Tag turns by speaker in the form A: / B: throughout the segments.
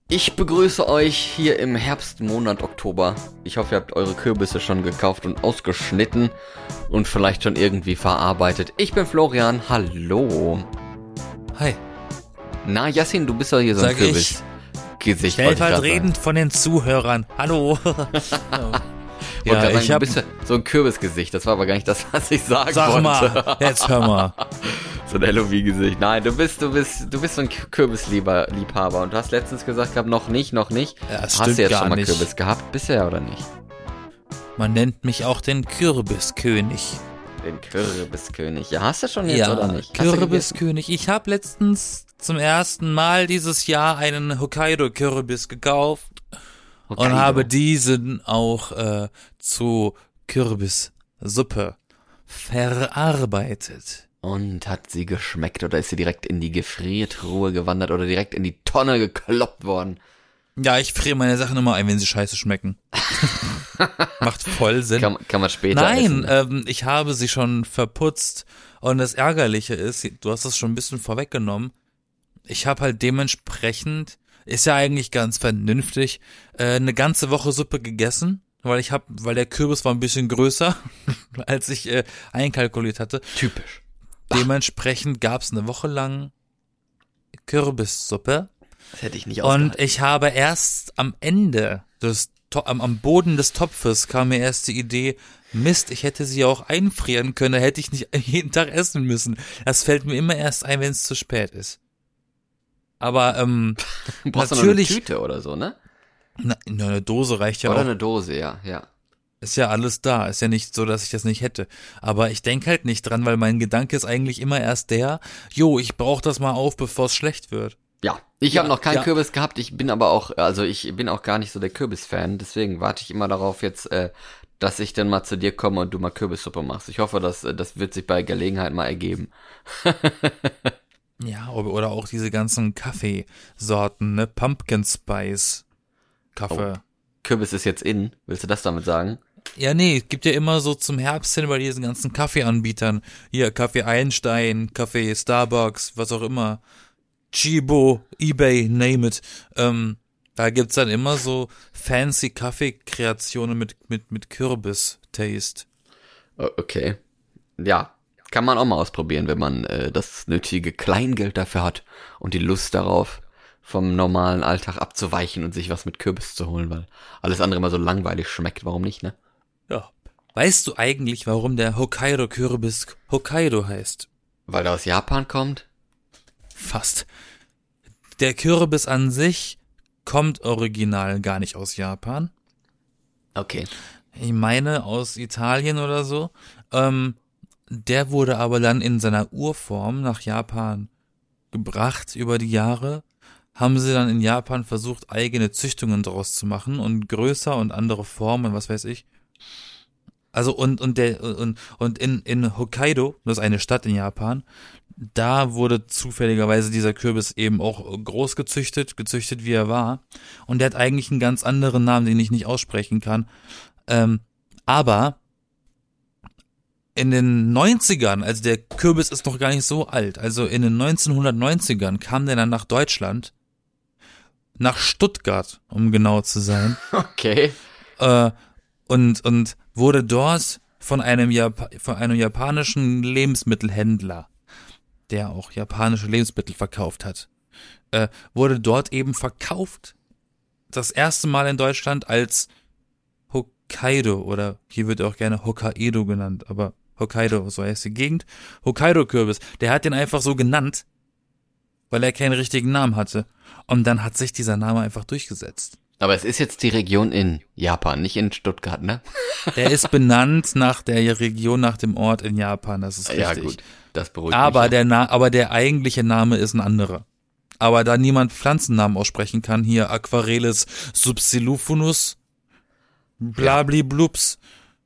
A: Ich begrüße euch hier im Herbstmonat Oktober. Ich hoffe, ihr habt eure Kürbisse schon gekauft und ausgeschnitten und vielleicht schon irgendwie verarbeitet. Ich bin Florian, hallo.
B: Hi.
A: Na, Yassin, du bist doch hier so ein Kürbisgesicht.
B: Stellvertretend von den Zuhörern. Hallo.
A: Ja, du bist ja so ein Kürbisgesicht. Das war aber gar nicht das, was ich sagen wollte.
B: Sag mal, jetzt hör mal.
A: So ein Halloween-Gesicht. Nein, du bist so ein Kürbisliebhaber. Und du hast letztens gesagt gehabt, noch nicht.
B: Ja, das
A: hast du jetzt schon mal
B: nicht.
A: Kürbis gehabt? Bisher oder nicht?
B: Man nennt mich auch den Kürbiskönig.
A: Den Kürbiskönig. Ja, hast du schon jetzt oder nicht?
B: Kürbiskönig. Ich habe letztens zum ersten Mal dieses Jahr einen Hokkaido-Kürbis gekauft. Und habe diesen auch zu Kürbissuppe verarbeitet.
A: Und hat sie geschmeckt oder ist sie direkt in die Gefriertruhe gewandert oder direkt in die Tonne gekloppt worden?
B: Ja, ich friere meine Sachen immer ein, wenn sie scheiße schmecken. Macht voll Sinn.
A: Kann man später essen.
B: Nein, ich habe sie schon verputzt und das Ärgerliche ist, du hast das schon ein bisschen vorweggenommen, ich habe halt dementsprechend, ist ja eigentlich ganz vernünftig, eine ganze Woche Suppe gegessen, weil der Kürbis war ein bisschen größer, als ich einkalkuliert hatte.
A: Typisch.
B: Dementsprechend gab's eine Woche lang Kürbissuppe.
A: Das hätte ich nicht ausgehalten.
B: Und ich habe erst am Ende am Boden des Topfes kam mir erst die Idee, Mist, ich hätte sie auch einfrieren können, da hätte ich nicht jeden Tag essen müssen. Das fällt mir immer erst ein, wenn es zu spät ist. Aber
A: brauchst
B: natürlich
A: du noch eine Tüte oder so, ne?
B: Eine Dose reicht ja
A: oder
B: auch.
A: Eine Dose, ja.
B: Ist ja alles da. Ist ja nicht so, dass ich das nicht hätte. Aber ich denke halt nicht dran, weil mein Gedanke ist eigentlich immer erst ich brauche das mal auf, bevor es schlecht wird.
A: Ja, ich habe noch keinen Kürbis gehabt. Ich bin aber auch, ich bin auch gar nicht so der Kürbis-Fan. Deswegen warte ich immer darauf jetzt, dass ich dann mal zu dir komme und du mal Kürbissuppe machst. Ich hoffe, das wird sich bei Gelegenheit mal ergeben.
B: Ja, oder auch diese ganzen Kaffeesorten, ne? Pumpkin Spice Kaffee.
A: Oh. Kürbis ist jetzt in. Willst du das damit sagen?
B: Ja, nee, es gibt ja immer so zum Herbst hin bei diesen ganzen Kaffeeanbietern. Hier, Kaffee Einstein, Kaffee Starbucks, was auch immer. Chibo, eBay, name it. Da gibt's dann immer so fancy Kaffeekreationen mit Kürbis-Taste.
A: Okay. Ja, kann man auch mal ausprobieren, wenn man das nötige Kleingeld dafür hat und die Lust darauf, vom normalen Alltag abzuweichen und sich was mit Kürbis zu holen, weil alles andere immer so langweilig schmeckt. Warum nicht, ne?
B: Ja. Weißt du eigentlich, warum der Hokkaido-Kürbis Hokkaido heißt?
A: Weil der aus Japan kommt?
B: Fast. Der Kürbis an sich kommt original gar nicht aus Japan.
A: Okay.
B: Ich meine aus Italien oder so. Der wurde aber dann in seiner Urform nach Japan gebracht über die Jahre. Haben sie dann in Japan versucht, eigene Züchtungen daraus zu machen und größer und andere Formen, was weiß ich. Also und in Hokkaido, das ist eine Stadt in Japan, da wurde zufälligerweise dieser Kürbis eben auch groß gezüchtet wie er war. Und der hat eigentlich einen ganz anderen Namen, den ich nicht aussprechen kann. Aber in den 90ern, also der Kürbis ist noch gar nicht so alt, also in den 1990ern kam der dann nach Deutschland, nach Stuttgart, um genau zu sein.
A: Okay.
B: Und wurde dort von einem japanischen Lebensmittelhändler, der auch japanische Lebensmittel verkauft hat, wurde dort eben verkauft. Das erste Mal in Deutschland als Hokkaido, oder hier wird auch gerne Hokkaido genannt, aber Hokkaido, so heißt die Gegend. Hokkaido-Kürbis, der hat den einfach so genannt, weil er keinen richtigen Namen hatte. Und dann hat sich dieser Name einfach durchgesetzt.
A: Aber es ist jetzt die Region in Japan, nicht in Stuttgart, ne?
B: Der ist benannt nach der Region, nach dem Ort in Japan, das ist richtig. Ja gut,
A: das beruhigt mich.
B: Aber der eigentliche Name ist ein anderer. Aber da niemand Pflanzennamen aussprechen kann, hier Aquarellus subsilufunus, blabliblups,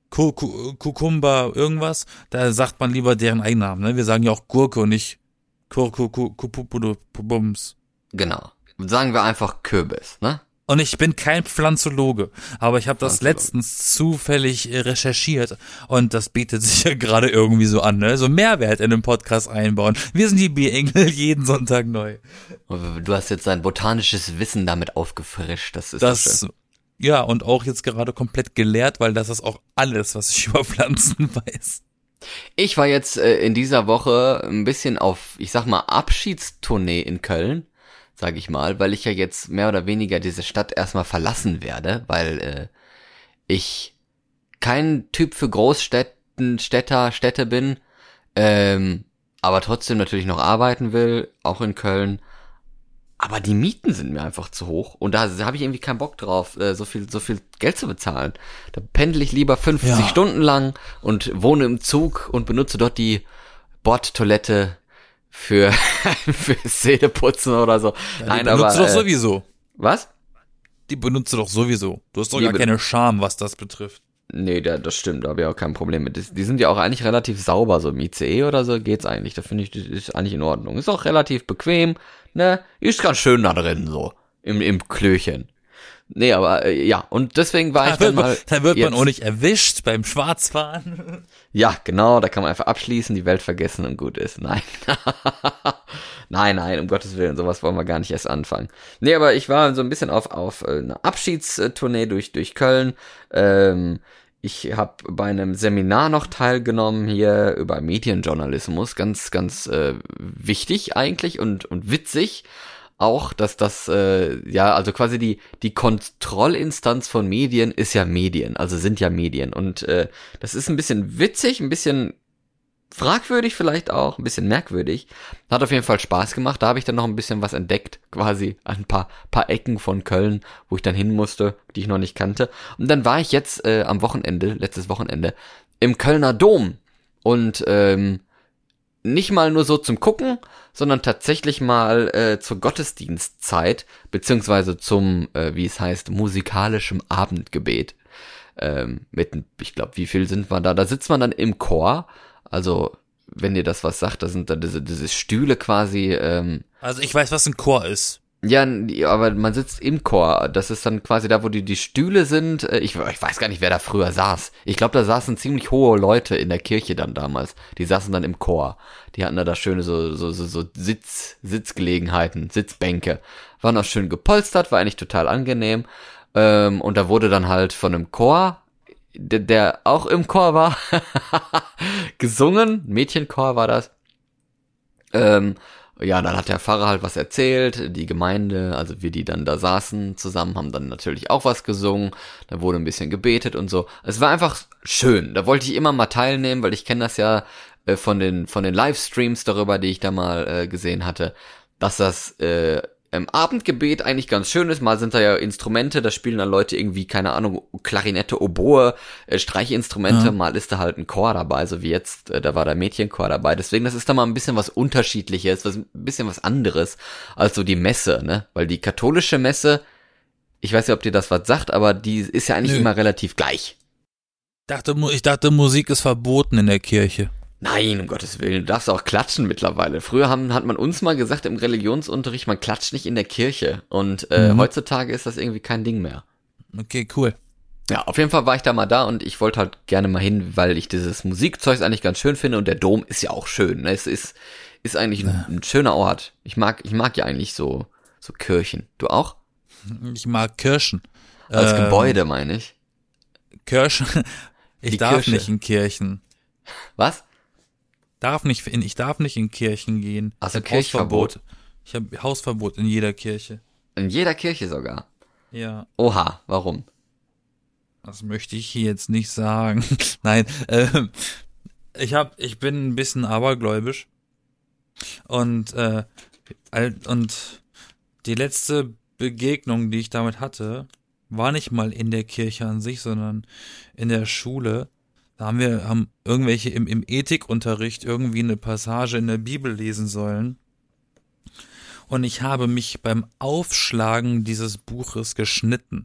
B: Kukumba, irgendwas, da sagt man lieber deren Eigennamen, ne? Wir sagen ja auch Gurke und nicht Kurkupupupums.
A: Genau. Sagen wir einfach Kürbis, ne?
B: Und ich bin kein Pflanzologe, aber ich habe das
A: Pflanzologe.
B: letztens zufällig recherchiert und das bietet sich ja gerade irgendwie so an, ne? So Mehrwert in den Podcast einbauen. Wir sind die Bierengel, jeden Sonntag neu.
A: Du hast jetzt dein botanisches Wissen damit aufgefrischt, das ist doch schön.
B: Ja, und auch jetzt gerade komplett gelehrt, weil das ist auch alles, was ich über Pflanzen weiß.
A: Ich war jetzt in dieser Woche ein bisschen auf, ich sag mal, Abschiedstournee in Köln, sag ich mal, weil ich ja jetzt mehr oder weniger diese Stadt erstmal verlassen werde, weil ich kein Typ für Städte bin, aber trotzdem natürlich noch arbeiten will, auch in Köln. Aber die Mieten sind mir einfach zu hoch und da habe ich irgendwie keinen Bock drauf, so viel Geld zu bezahlen. Da pendel ich lieber 50 Stunden lang und wohne im Zug und benutze dort die Bordtoilette für Zähneputzen oder so.
B: Ja,
A: Nein,
B: die
A: aber
B: benutzt du doch sowieso.
A: was?
B: Die benutzt du doch sowieso. Du hast doch
A: Die
B: gar keine Scham, was das betrifft.
A: Nee, das stimmt, da habe ich auch kein Problem mit. Die sind ja auch eigentlich relativ sauber, so im ICE oder so geht's eigentlich. Da finde ich, das ist eigentlich in Ordnung. Ist auch relativ bequem, ne? Ist ganz schön da drin, so. Im Klöchen. Nee, aber ja, und deswegen war ich dann mal.
B: Da wird man
A: jetzt-
B: auch nicht erwischt beim Schwarzfahren.
A: Ja, genau, da kann man einfach abschließen, die Welt vergessen und gut ist. Nein. Nein, um Gottes Willen, sowas wollen wir gar nicht erst anfangen. Nee, aber ich war so ein bisschen auf eine Abschiedstournee durch Köln. Ich habe bei einem Seminar noch teilgenommen hier über Medienjournalismus. Ganz wichtig eigentlich und witzig. Auch, dass das, also quasi die Kontrollinstanz von Medien ist ja Medien, also sind ja Medien. Und das ist ein bisschen witzig, ein bisschen fragwürdig vielleicht auch, ein bisschen merkwürdig. Hat auf jeden Fall Spaß gemacht. Da habe ich dann noch ein bisschen was entdeckt, quasi ein paar Ecken von Köln, wo ich dann hin musste, die ich noch nicht kannte. Und dann war ich jetzt letztes Wochenende, im Kölner Dom. Und nicht mal nur so zum Gucken, sondern tatsächlich mal zur Gottesdienstzeit, beziehungsweise zum, wie es heißt, musikalischem Abendgebet. Ich glaube, wie viel sind wir da? Da sitzt man dann im Chor. Also, wenn ihr das was sagt, da sind dann diese Stühle quasi.
B: Also ich weiß, was ein Chor ist.
A: Ja, aber man sitzt im Chor. Das ist dann quasi da, wo die Stühle sind. Ich weiß gar nicht, wer da früher saß. Ich glaube, da saßen ziemlich hohe Leute in der Kirche dann damals. Die saßen dann im Chor. Die hatten da schöne so Sitzgelegenheiten, Sitzbänke. Waren auch schön gepolstert, war eigentlich total angenehm. Und da wurde dann halt von einem Chor, der auch im Chor war, gesungen. Mädchenchor war das. Ja, dann hat der Pfarrer halt was erzählt, die Gemeinde, also wir, die dann da saßen zusammen, haben dann natürlich auch was gesungen, da wurde ein bisschen gebetet und so. Es war einfach schön, da wollte ich immer mal teilnehmen, weil ich kenne das ja von den Livestreams darüber, die ich da mal gesehen hatte, dass das im Abendgebet eigentlich ganz schön ist. Mal sind da ja Instrumente, da spielen dann Leute irgendwie, keine Ahnung, Klarinette, Oboe, Streichinstrumente,
B: Ja.
A: mal ist da halt ein Chor dabei, so wie jetzt, da war der Mädchenchor dabei. Deswegen, das ist da mal ein bisschen was Unterschiedliches, ein bisschen was anderes als so die Messe, ne? Weil die katholische Messe, ich weiß nicht, ob dir das was sagt, aber die ist ja eigentlich
B: Nö.
A: immer relativ gleich.
B: Ich dachte, Musik ist verboten in der Kirche.
A: Nein, um Gottes Willen, du darfst auch klatschen mittlerweile. Früher hat man uns mal gesagt im Religionsunterricht, man klatscht nicht in der Kirche. Und heutzutage ist das irgendwie kein Ding mehr.
B: Okay, cool.
A: Ja, auf jeden Fall war ich da mal da und ich wollte halt gerne mal hin, weil ich dieses Musikzeug eigentlich ganz schön finde und der Dom ist ja auch schön. Ne? Es ist eigentlich ein schöner Ort. Ich mag ja eigentlich so Kirchen. Du auch?
B: Ich mag Kirchen.
A: Als Gebäude meine ich.
B: Kirchen. Ich
A: Die
B: darf
A: Kirche.
B: nicht in Kirchen.
A: Was?
B: Ich darf nicht in Kirchen gehen.
A: Ach so,
B: Ich hab
A: Kirchverbot.
B: Ich habe Hausverbot in jeder Kirche.
A: In jeder Kirche sogar.
B: Ja,
A: Oha, warum?
B: das möchte ich hier jetzt nicht sagen. Nein, ich bin ein bisschen abergläubisch und die letzte Begegnung, die ich damit hatte, war nicht mal in der Kirche an sich, sondern in der Schule. Da haben irgendwelche im Ethikunterricht irgendwie eine Passage in der Bibel lesen sollen. Und ich habe mich beim Aufschlagen dieses Buches geschnitten.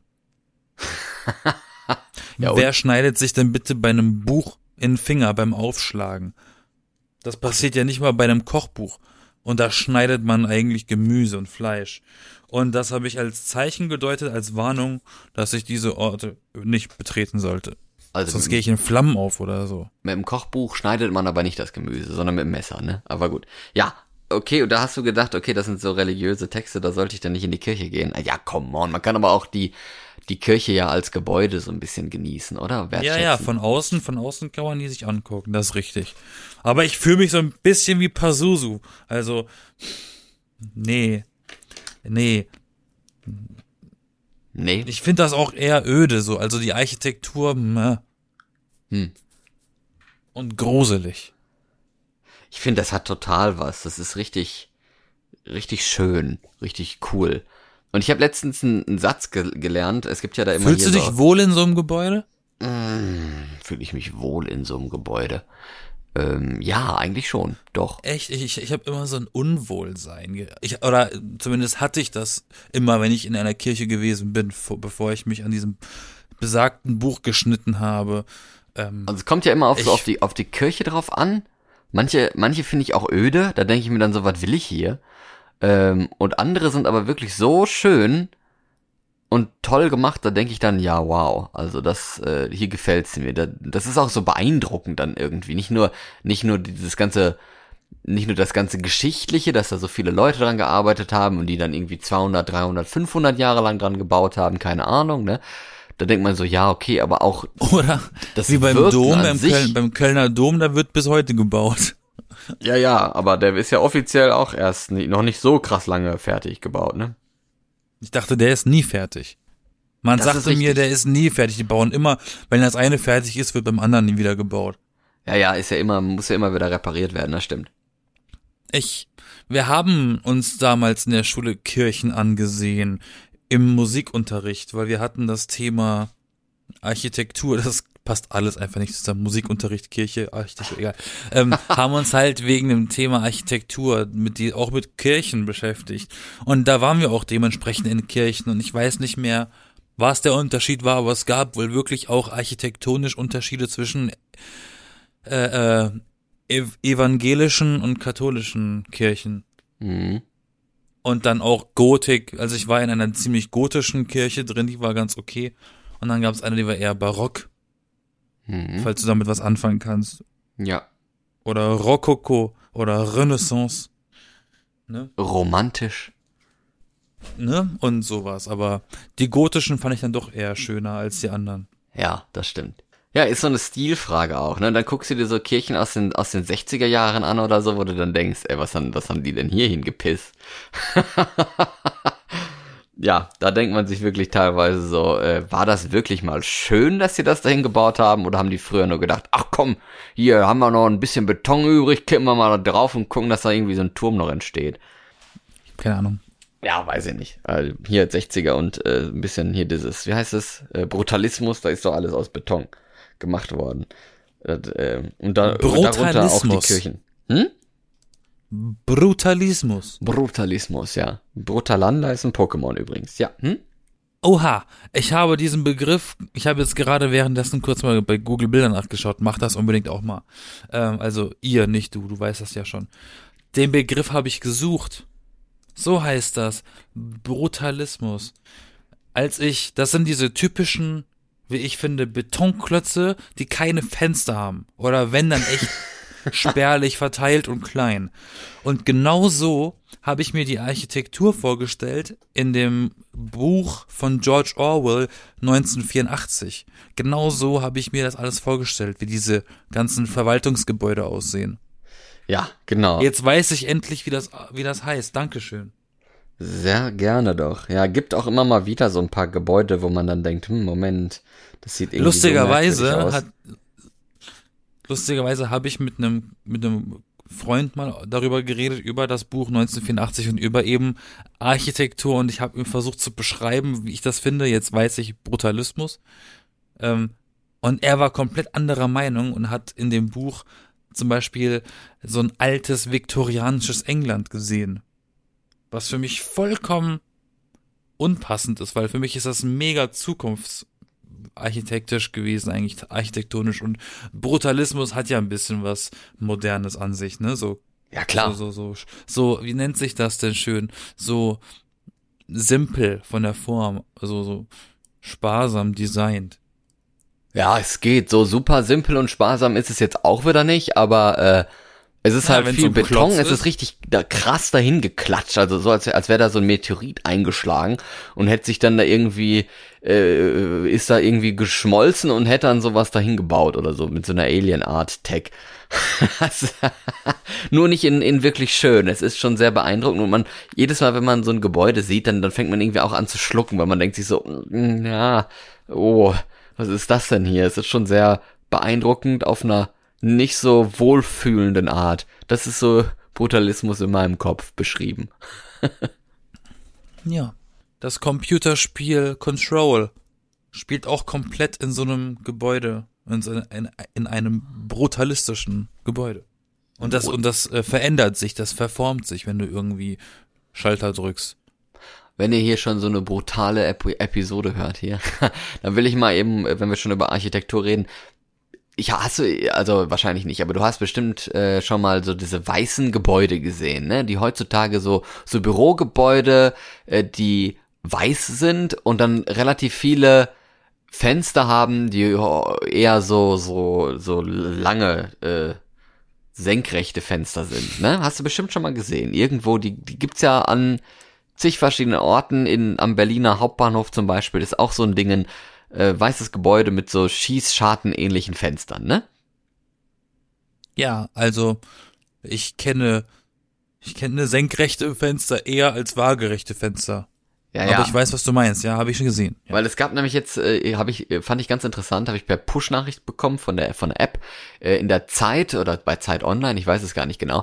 A: Ja, und?
B: Wer schneidet sich denn bitte bei einem Buch in den Finger beim Aufschlagen? Das passiert ja nicht mal bei einem Kochbuch. Und da schneidet man eigentlich Gemüse und Fleisch. Und das habe ich als Zeichen gedeutet, als Warnung, dass ich diese Orte nicht betreten sollte.
A: Also
B: Sonst gehe ich in Flammen auf oder so.
A: mit dem Kochbuch schneidet man aber nicht das Gemüse, sondern mit dem Messer, ne? Aber gut. Ja, okay, und da hast du gedacht, okay, das sind so religiöse Texte, da sollte ich dann nicht in die Kirche gehen. Ja, come on, man kann aber auch die Kirche ja als Gebäude so ein bisschen genießen, oder? Wertschätzen.
B: Ja, von außen kann man die sich angucken, das ist richtig. Aber ich fühle mich so ein bisschen wie Pazuzu. Also, nee.
A: Nee.
B: Ich finde das auch eher öde, so. Also die Architektur, und gruselig.
A: Ich finde, das hat total was. Das ist richtig, richtig schön, richtig cool. Und ich habe letztens einen Satz gelernt. Es gibt ja da immer
B: Fühlst du
A: hier
B: dich wohl in so einem Gebäude?
A: Fühle ich mich wohl in so einem Gebäude? Ja, eigentlich schon, doch.
B: Echt, ich habe immer so ein Unwohlsein. Oder zumindest hatte ich das immer, wenn ich in einer Kirche gewesen bin, bevor ich mich an diesem besagten Buch geschnitten habe.
A: Also es kommt ja immer auf die Kirche drauf an. Manche finde ich auch öde, da denke ich mir dann so, was will ich hier? Und andere sind aber wirklich so schön und toll gemacht, da denke ich dann, ja, wow, also das, hier gefällt's mir. Das ist auch so beeindruckend dann irgendwie. Nicht nur das ganze Geschichtliche, dass da so viele Leute dran gearbeitet haben und die dann irgendwie 200, 300, 500 Jahre lang dran gebaut haben, keine Ahnung, ne? Da denkt man so, ja, okay, aber auch
B: oder
A: das
B: wie beim
A: Wirken
B: Dom,
A: an sich.
B: beim Kölner Dom, da wird bis heute gebaut.
A: Ja, aber der ist ja offiziell auch erst noch nicht so krass lange fertig gebaut, ne?
B: Ich dachte, der ist nie fertig. Man
A: Das ist
B: sagte mir,
A: richtig.
B: der ist nie fertig. Die bauen immer, wenn das eine fertig ist, wird beim anderen nie wieder gebaut.
A: Ja, muss ja immer wieder repariert werden, das stimmt.
B: Wir haben uns damals in der Schule Kirchen angesehen, im Musikunterricht, weil wir hatten das Thema Architektur, das passt alles einfach nicht zusammen, Musikunterricht, Kirche, Architektur, egal, haben uns halt wegen dem Thema Architektur auch mit Kirchen beschäftigt. Und da waren wir auch dementsprechend in Kirchen und ich weiß nicht mehr, was der Unterschied war, aber es gab wohl wirklich auch architektonisch Unterschiede zwischen evangelischen und katholischen Kirchen.
A: Mhm.
B: Und dann auch Gotik, also ich war in einer ziemlich gotischen Kirche drin, die war ganz okay. Und dann gab es eine, die war eher barock, falls du damit was anfangen kannst.
A: Ja.
B: Oder Rokoko oder Renaissance. Ne?
A: Romantisch.
B: Ne? Und sowas. Aber die gotischen fand ich dann doch eher schöner als die anderen.
A: Ja, das stimmt. Ja, ist so eine Stilfrage auch, ne? Dann guckst du dir so Kirchen aus den 60er Jahren an oder so, wo du dann denkst, ey, was haben die denn hier hingepisst? Ja, da denkt man sich wirklich teilweise so, war das wirklich mal schön, dass sie das dahin gebaut haben? Oder haben die früher nur gedacht, ach komm, hier haben wir noch ein bisschen Beton übrig, kippen wir mal da drauf und gucken, dass da irgendwie so ein Turm noch entsteht.
B: Keine Ahnung.
A: Ja, weiß ich nicht. Also hier 60er und ein bisschen hier dieses, wie heißt es, Brutalismus, da ist doch alles aus Beton gemacht worden. Und darunter auch die Kirchen.
B: Brutalismus.
A: Brutalismus, ja. Brutalanda ist ein Pokémon übrigens, ja.
B: Oha, ich habe diesen Begriff, ich habe jetzt gerade währenddessen kurz mal bei Google Bilder nachgeschaut, mach das unbedingt auch mal. Also ihr, nicht du weißt das ja schon. Den Begriff habe ich gesucht. So heißt das. Brutalismus. Das sind diese typischen, wie ich finde, Betonklötze, die keine Fenster haben. Oder wenn dann echt spärlich verteilt und klein. Und genau so habe ich mir die Architektur vorgestellt in dem Buch von George Orwell 1984. Genau so habe ich mir das alles vorgestellt, wie diese ganzen Verwaltungsgebäude aussehen.
A: Ja, genau.
B: Jetzt weiß ich endlich, wie das heißt. Dankeschön.
A: Sehr gerne doch. Ja, gibt auch immer mal wieder so ein paar Gebäude, wo man dann denkt, Moment, das sieht irgendwie so merkwürdig aus.
B: Lustigerweise habe ich mit einem Freund mal darüber geredet, über das Buch 1984 und über eben Architektur und ich habe ihm versucht zu beschreiben, wie ich das finde. Jetzt weiß ich Brutalismus. Und er war komplett anderer Meinung und hat in dem Buch zum Beispiel so ein altes viktorianisches England gesehen. Was für mich vollkommen unpassend ist, weil für mich ist das mega zukunftsarchitektisch gewesen, eigentlich architektonisch und Brutalismus hat ja ein bisschen was Modernes an sich, ne, so
A: Ja, klar.
B: So, wie nennt sich das denn schön? So simpel von der Form, also so sparsam designt.
A: Ja, es geht. So super simpel und sparsam ist es jetzt auch wieder nicht, aber es ist halt viel
B: so ein
A: Beton,
B: Klotz
A: es ist richtig krass dahin geklatscht, also so als wäre da so ein Meteorit eingeschlagen und hätte sich dann da irgendwie, ist da irgendwie geschmolzen und hätte dann sowas dahin gebaut oder so, mit so einer Alien-Art-Tech. Nur nicht in wirklich schön. Es ist schon sehr beeindruckend und jedes Mal, wenn man so ein Gebäude sieht, dann fängt man irgendwie auch an zu schlucken, weil man denkt sich so, ja, oh, was ist das denn hier? Es ist schon sehr beeindruckend auf einer nicht so wohlfühlenden Art. Das ist so Brutalismus in meinem Kopf beschrieben.
B: Ja. Das Computerspiel Control spielt auch komplett in so einem Gebäude, in einem brutalistischen Gebäude. Und das verändert sich, das verformt sich, wenn du irgendwie Schalter drückst.
A: Wenn ihr hier schon so eine brutale Episode hört hier, dann will ich mal eben, wenn wir schon über Architektur reden, also wahrscheinlich nicht, aber du hast bestimmt schon mal so diese weißen Gebäude gesehen, ne? Die heutzutage so Bürogebäude, die weiß sind und dann relativ viele Fenster haben, die eher so lange senkrechte Fenster sind, ne? Hast du bestimmt schon mal gesehen. Irgendwo, die gibt's ja an zig verschiedenen Orten, am Berliner Hauptbahnhof zum Beispiel, ist auch so ein Ding, weißes Gebäude mit so Schießscharten-ähnlichen Fenstern, ne?
B: Ja, also ich kenne senkrechte Fenster eher als waagerechte Fenster.
A: Ja,
B: aber ich weiß, was du meinst, ja, habe ich schon gesehen. Ja.
A: Weil es gab nämlich jetzt, fand ich ganz interessant, habe ich per Push-Nachricht bekommen von der App, in der Zeit oder bei Zeit Online, ich weiß es gar nicht genau,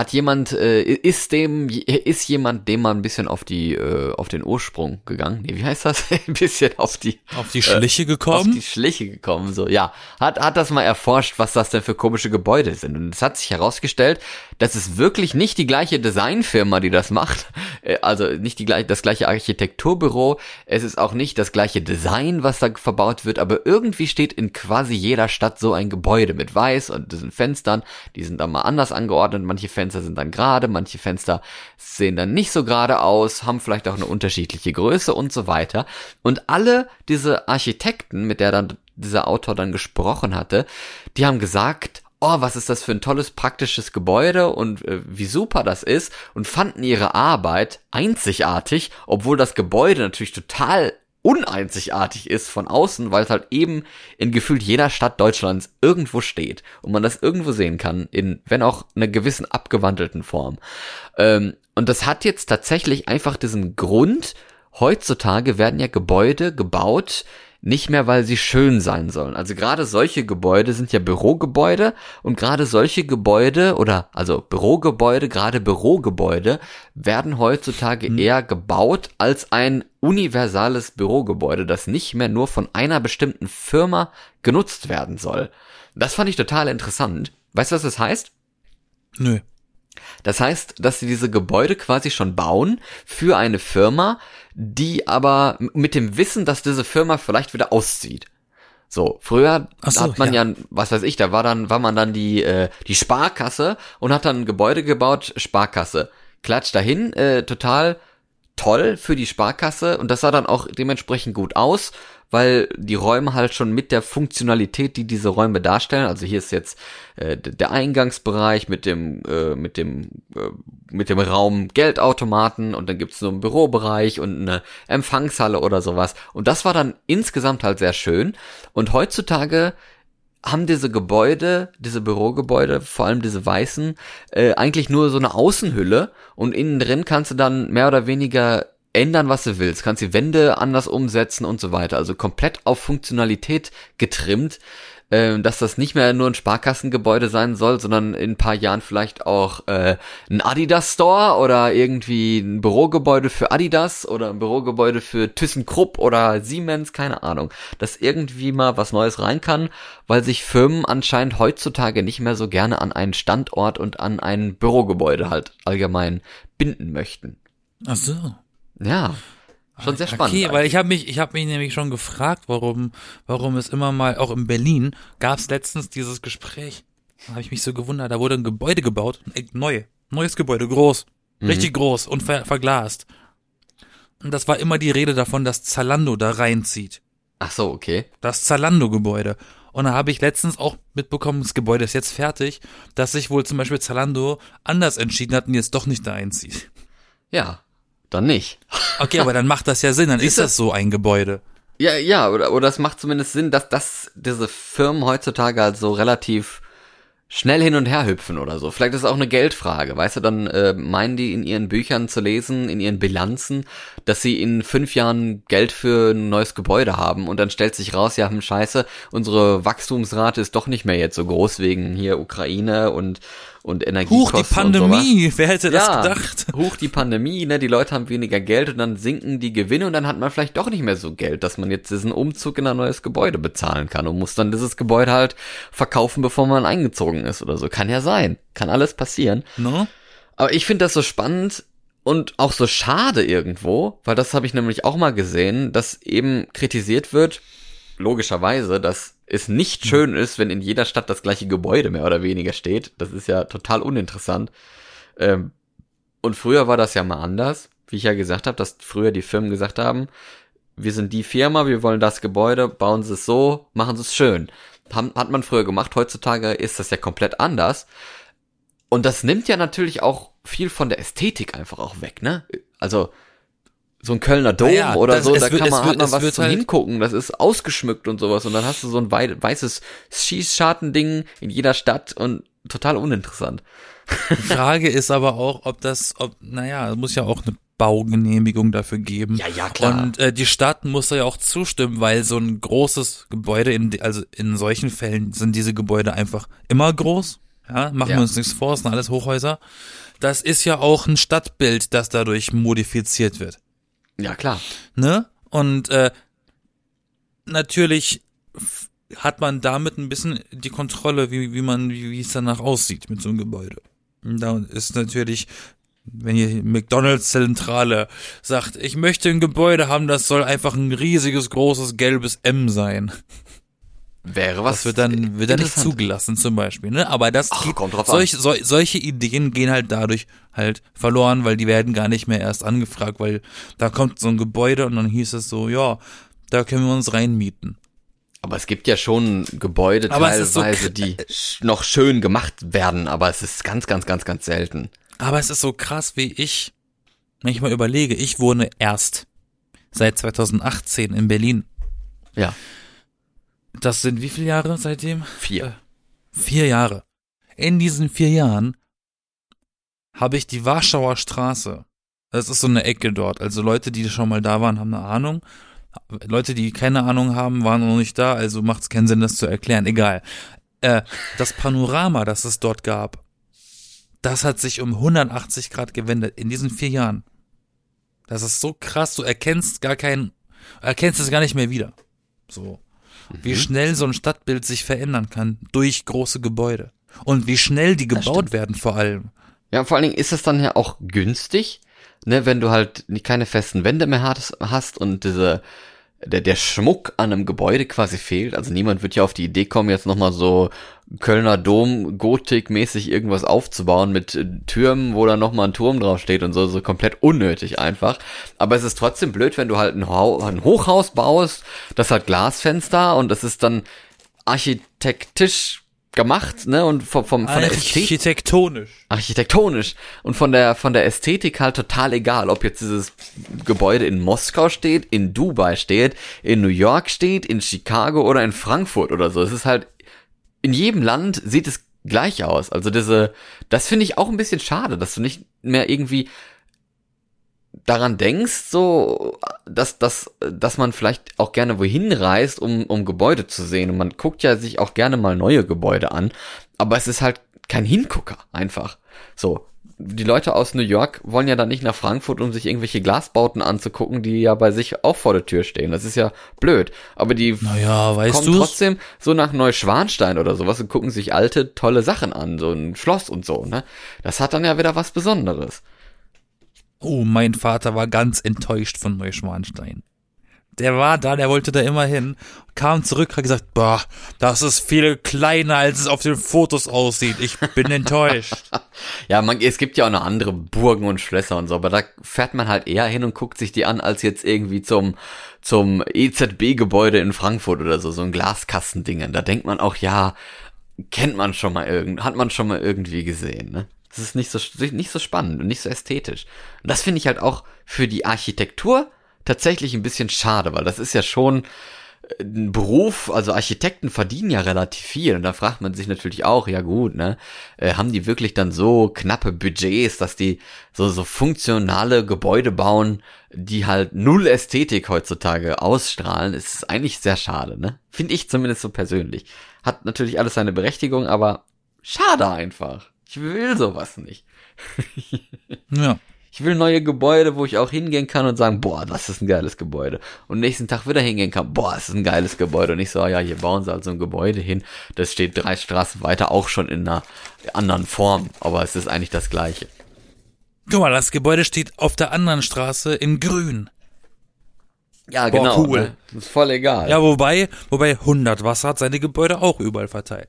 A: ist jemand dem mal ein bisschen auf den Ursprung gegangen, nee, wie heißt das? Ein bisschen auf die
B: Schliche gekommen?
A: Auf die Schliche gekommen, so, ja. Hat das mal erforscht, was das denn für komische Gebäude sind. Und es hat sich herausgestellt, das ist wirklich nicht die gleiche Designfirma, die das macht, also nicht das gleiche Architekturbüro, es ist auch nicht das gleiche Design, was da verbaut wird, aber irgendwie steht in quasi jeder Stadt so ein Gebäude mit weiß und diesen Fenstern, die sind dann mal anders angeordnet, manche Fenster sind dann gerade, manche Fenster sehen dann nicht so gerade aus, haben vielleicht auch eine unterschiedliche Größe und so weiter. Und alle diese Architekten, mit der dann dieser Autor dann gesprochen hatte, die haben gesagt, oh, was ist das für ein tolles, praktisches Gebäude und wie super das ist und fanden ihre Arbeit einzigartig, obwohl das Gebäude natürlich total uneinzigartig ist von außen, weil es halt eben in gefühlt jeder Stadt Deutschlands irgendwo steht und man das irgendwo sehen kann, wenn auch in einer gewissen abgewandelten Form. Und das hat jetzt tatsächlich einfach diesen Grund, heutzutage werden ja Gebäude gebaut, nicht mehr, weil sie schön sein sollen. Also gerade solche Gebäude sind ja Bürogebäude und gerade solche Gebäude gerade Bürogebäude werden heutzutage eher gebaut als ein universales Bürogebäude, das nicht mehr nur von einer bestimmten Firma genutzt werden soll. Das fand ich total interessant. Weißt du, was das heißt?
B: Nö.
A: Das heißt, dass sie diese Gebäude quasi schon bauen für eine Firma, die aber mit dem Wissen, dass diese Firma vielleicht wieder auszieht. So, früher hat man ja, was weiß ich, war man dann die Sparkasse und hat dann ein Gebäude gebaut, Sparkasse. Klatscht dahin, total toll für die Sparkasse und das sah dann auch dementsprechend gut aus, weil die Räume halt schon mit der Funktionalität, die diese Räume darstellen, also hier ist jetzt der Eingangsbereich mit dem Raum Geldautomaten und dann gibt's so einen Bürobereich und eine Empfangshalle oder sowas und das war dann insgesamt halt sehr schön und heutzutage haben diese Bürogebäude, vor allem diese weißen, eigentlich nur so eine Außenhülle und innen drin kannst du dann mehr oder weniger ändern, was du willst. Kannst die Wände anders umsetzen und so weiter. Also komplett auf Funktionalität getrimmt, dass das nicht mehr nur ein Sparkassengebäude sein soll, sondern in ein paar Jahren vielleicht auch ein Adidas Store oder irgendwie ein Bürogebäude für Adidas oder ein Bürogebäude für ThyssenKrupp oder Siemens, keine Ahnung. Dass irgendwie mal was Neues rein kann, weil sich Firmen anscheinend heutzutage nicht mehr so gerne an einen Standort und an ein Bürogebäude halt allgemein binden möchten.
B: Ach so.
A: Ja, schon sehr spannend.
B: Okay, weil ich habe mich nämlich schon gefragt, warum es immer mal, auch in Berlin, gab es letztens dieses Gespräch. Da habe ich mich so gewundert, da wurde ein Gebäude gebaut, neu, Neues Gebäude, groß. Richtig groß und verglast. Und das war immer die Rede davon, dass Zalando da reinzieht.
A: Ach so, okay.
B: Das Zalando-Gebäude. Und da habe ich letztens auch mitbekommen, das Gebäude ist jetzt fertig, dass sich wohl zum Beispiel Zalando anders entschieden hat und jetzt doch nicht da einzieht.
A: Ja, dann nicht.
B: Okay, aber dann macht das ja Sinn, dann ist das so ein Gebäude.
A: Ja, oder das macht zumindest Sinn, dass diese Firmen heutzutage halt so relativ schnell hin und her hüpfen oder so. Vielleicht ist es auch eine Geldfrage, weißt du, dann meinen die in ihren Büchern zu lesen, in ihren Bilanzen, dass sie in 5 Jahren Geld für ein neues Gebäude haben und dann stellt sich raus, ja, scheiße, unsere Wachstumsrate ist doch nicht mehr jetzt so groß wegen hier Ukraine und Energiekosten.
B: Huch, die Pandemie, wer hätte das
A: ja,
B: gedacht?
A: Huch, die Pandemie, ne, die Leute haben weniger Geld und dann sinken die Gewinne und dann hat man vielleicht doch nicht mehr so Geld, dass man jetzt diesen Umzug in ein neues Gebäude bezahlen kann und muss dann dieses Gebäude halt verkaufen, bevor man eingezogen ist oder so. Kann ja sein. Kann alles passieren.
B: No?
A: Aber ich finde das so spannend und auch so schade irgendwo, weil das habe ich nämlich auch mal gesehen, dass eben kritisiert wird, logischerweise, dass es nicht schön ist, wenn in jeder Stadt das gleiche Gebäude mehr oder weniger steht. Das ist ja total uninteressant. Und früher war das ja mal anders, wie ich ja gesagt habe, dass früher die Firmen gesagt haben, wir sind die Firma, wir wollen das Gebäude, bauen sie es so, machen sie es schön. Hat man früher gemacht, heutzutage ist das ja komplett anders. Und das nimmt ja natürlich auch viel von der Ästhetik einfach auch weg, ne? Also so ein Kölner Dom oder so, da hat man was zum Hingucken, das ist ausgeschmückt und sowas und dann hast du so ein weißes Schießschartending in jeder Stadt und total uninteressant.
B: Die Frage ist aber auch, es muss ja auch eine Baugenehmigung dafür geben.
A: Ja, klar.
B: Und die Stadt muss da ja auch zustimmen, weil so ein großes Gebäude, in solchen Fällen sind diese Gebäude einfach immer groß. Ja, machen wir uns nichts vor, es sind alles Hochhäuser. Das ist ja auch ein Stadtbild, das dadurch modifiziert wird.
A: Ja, klar.
B: Ne? Und natürlich hat man damit ein bisschen die Kontrolle, wie es danach aussieht mit so einem Gebäude. Und da ist natürlich, wenn hier McDonald's Zentrale sagt, ich möchte ein Gebäude haben, das soll einfach ein riesiges, großes, gelbes M sein.
A: Wäre was.
B: Das wird dann nicht zugelassen zum Beispiel, ne? Aber
A: kommt drauf an.
B: Solche Ideen gehen halt dadurch halt verloren, weil die werden gar nicht mehr erst angefragt, weil da kommt so ein Gebäude und dann hieß es so, ja, da können wir uns reinmieten.
A: Aber es gibt ja schon Gebäude teilweise, die noch schön gemacht werden, aber es ist ganz, ganz, ganz, ganz selten.
B: Aber es ist so krass, wenn ich mal überlege, ich wohne erst seit 2018 in Berlin.
A: Ja.
B: Das sind wie viele Jahre seitdem?
A: 4.
B: 4 Jahre. In diesen 4 Jahren habe ich die Warschauer Straße. Das ist so eine Ecke dort. Also Leute, die schon mal da waren, haben eine Ahnung. Leute, die keine Ahnung haben, waren noch nicht da. Also macht es keinen Sinn, das zu erklären. Egal. Das Panorama, das es dort gab, das hat sich um 180 Grad gewendet in diesen 4 Jahren. Das ist so krass. Du erkennst es gar nicht mehr wieder. So. Wie schnell so ein Stadtbild sich verändern kann durch große Gebäude. Und wie schnell die gebaut werden vor allem.
A: Ja, vor allen Dingen ist es dann ja auch günstig, ne, wenn du halt keine festen Wände mehr hast und der Schmuck an einem Gebäude quasi fehlt. Also niemand wird ja auf die Idee kommen, jetzt nochmal so Kölner Dom, Gotik-mäßig irgendwas aufzubauen mit Türmen, wo dann nochmal ein Turm draufsteht und so komplett unnötig einfach. Aber es ist trotzdem blöd, wenn du halt ein Hochhaus baust, das hat Glasfenster und das ist dann architektisch gemacht, ne, und von der Ästhetik. Architektonisch. Und von der Ästhetik halt total egal, ob jetzt dieses Gebäude in Moskau steht, in Dubai steht, in New York steht, in Chicago oder in Frankfurt oder so. Es ist halt, in jedem Land sieht es gleich aus. Also das finde ich auch ein bisschen schade, dass du nicht mehr irgendwie daran denkst, so, dass man vielleicht auch gerne wohin reist, um Gebäude zu sehen. Und man guckt ja sich auch gerne mal neue Gebäude an. Aber es ist halt kein Hingucker, einfach. So. Die Leute aus New York wollen ja dann nicht nach Frankfurt, um sich irgendwelche Glasbauten anzugucken, die ja bei sich auch vor der Tür stehen. Das ist ja blöd. Aber die kommen trotzdem so nach Neuschwanstein oder sowas und gucken sich alte, tolle Sachen an. So ein Schloss und so, ne? Das hat dann ja wieder was Besonderes.
B: Oh, mein Vater war ganz enttäuscht von Neuschwanstein. Der war da, der wollte da immer hin, kam zurück, hat gesagt, boah, das ist viel kleiner, als es auf den Fotos aussieht. Ich bin enttäuscht.
A: Ja, es gibt ja auch noch andere Burgen und Schlösser und so, aber da fährt man halt eher hin und guckt sich die an, als jetzt irgendwie zum EZB-Gebäude in Frankfurt oder so ein Glaskastendingen. Da denkt man auch, ja, hat man schon mal irgendwie gesehen, ne? Das ist nicht so spannend und nicht so ästhetisch. Und das finde ich halt auch für die Architektur tatsächlich ein bisschen schade, weil das ist ja schon ein Beruf, also Architekten verdienen ja relativ viel und da fragt man sich natürlich auch, ja gut, ne, haben die wirklich dann so knappe Budgets, dass die so funktionale Gebäude bauen, die halt null Ästhetik heutzutage ausstrahlen, ist eigentlich sehr schade, ne? Finde ich zumindest so persönlich. Hat natürlich alles seine Berechtigung, aber schade einfach. Ich will sowas nicht.
B: Ja.
A: Ich will neue Gebäude, wo ich auch hingehen kann und sagen, boah, das ist ein geiles Gebäude. Und nächsten Tag wieder hingehen kann, boah, das ist ein geiles Gebäude. Und ich so, ja, hier bauen sie also ein Gebäude hin. Das steht 3 Straßen weiter, auch schon in einer anderen Form. Aber es ist eigentlich das Gleiche.
B: Guck mal, das Gebäude steht auf der anderen Straße in grün.
A: Ja,
B: boah,
A: genau.
B: Cool.
A: Ne? Das ist voll egal.
B: Ja, wobei 100 Wasser hat seine Gebäude auch überall verteilt.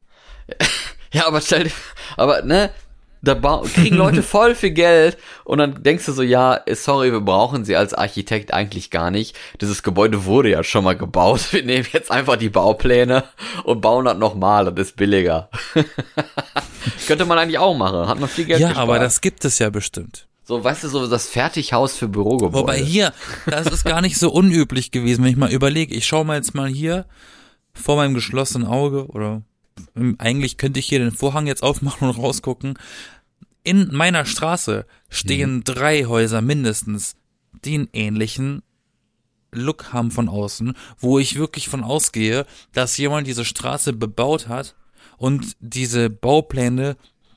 A: Ja, aber ne, da kriegen Leute voll viel Geld und dann denkst du so, ja, sorry, wir brauchen sie als Architekt eigentlich gar nicht. Dieses Gebäude wurde ja schon mal gebaut. Wir nehmen jetzt einfach die Baupläne und bauen das nochmal, das ist billiger. Könnte man eigentlich auch machen, hat man viel Geld gespart.
B: Ja, aber das gibt es ja bestimmt.
A: So, weißt du, so das Fertighaus für Bürogebäude.
B: Wobei hier, das ist gar nicht so unüblich gewesen, wenn ich mal überlege, ich schaue mal jetzt mal hier vor meinem geschlossenen Auge oder eigentlich könnte ich hier den Vorhang jetzt aufmachen und rausgucken. In meiner Straße stehen 3 Häuser mindestens, die einen ähnlichen Look haben von außen, wo ich wirklich von ausgehe, dass jemand diese Straße bebaut hat und diese Baupläne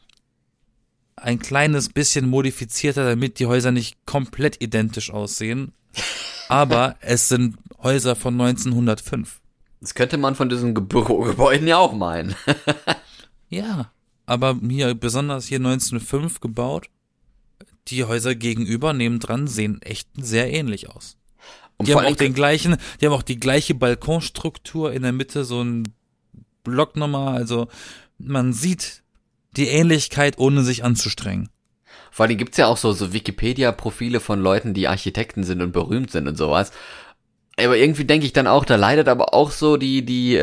B: ein kleines bisschen modifiziert hat, damit die Häuser nicht komplett identisch aussehen. Aber es sind Häuser von 1905.
A: Das könnte man von diesen Bürogebäuden ja auch meinen.
B: Ja, aber hier, besonders hier 1905 gebaut, die Häuser gegenüber, nebendran, sehen echt sehr ähnlich aus.
A: Und
B: Die haben auch die gleiche Balkonstruktur in der Mitte, so ein Block nochmal, also man sieht die Ähnlichkeit, ohne sich anzustrengen.
A: Vor allem gibt's ja auch so Wikipedia-Profile von Leuten, die Architekten sind und berühmt sind und sowas. Aber irgendwie denke ich dann auch, da leidet aber auch so die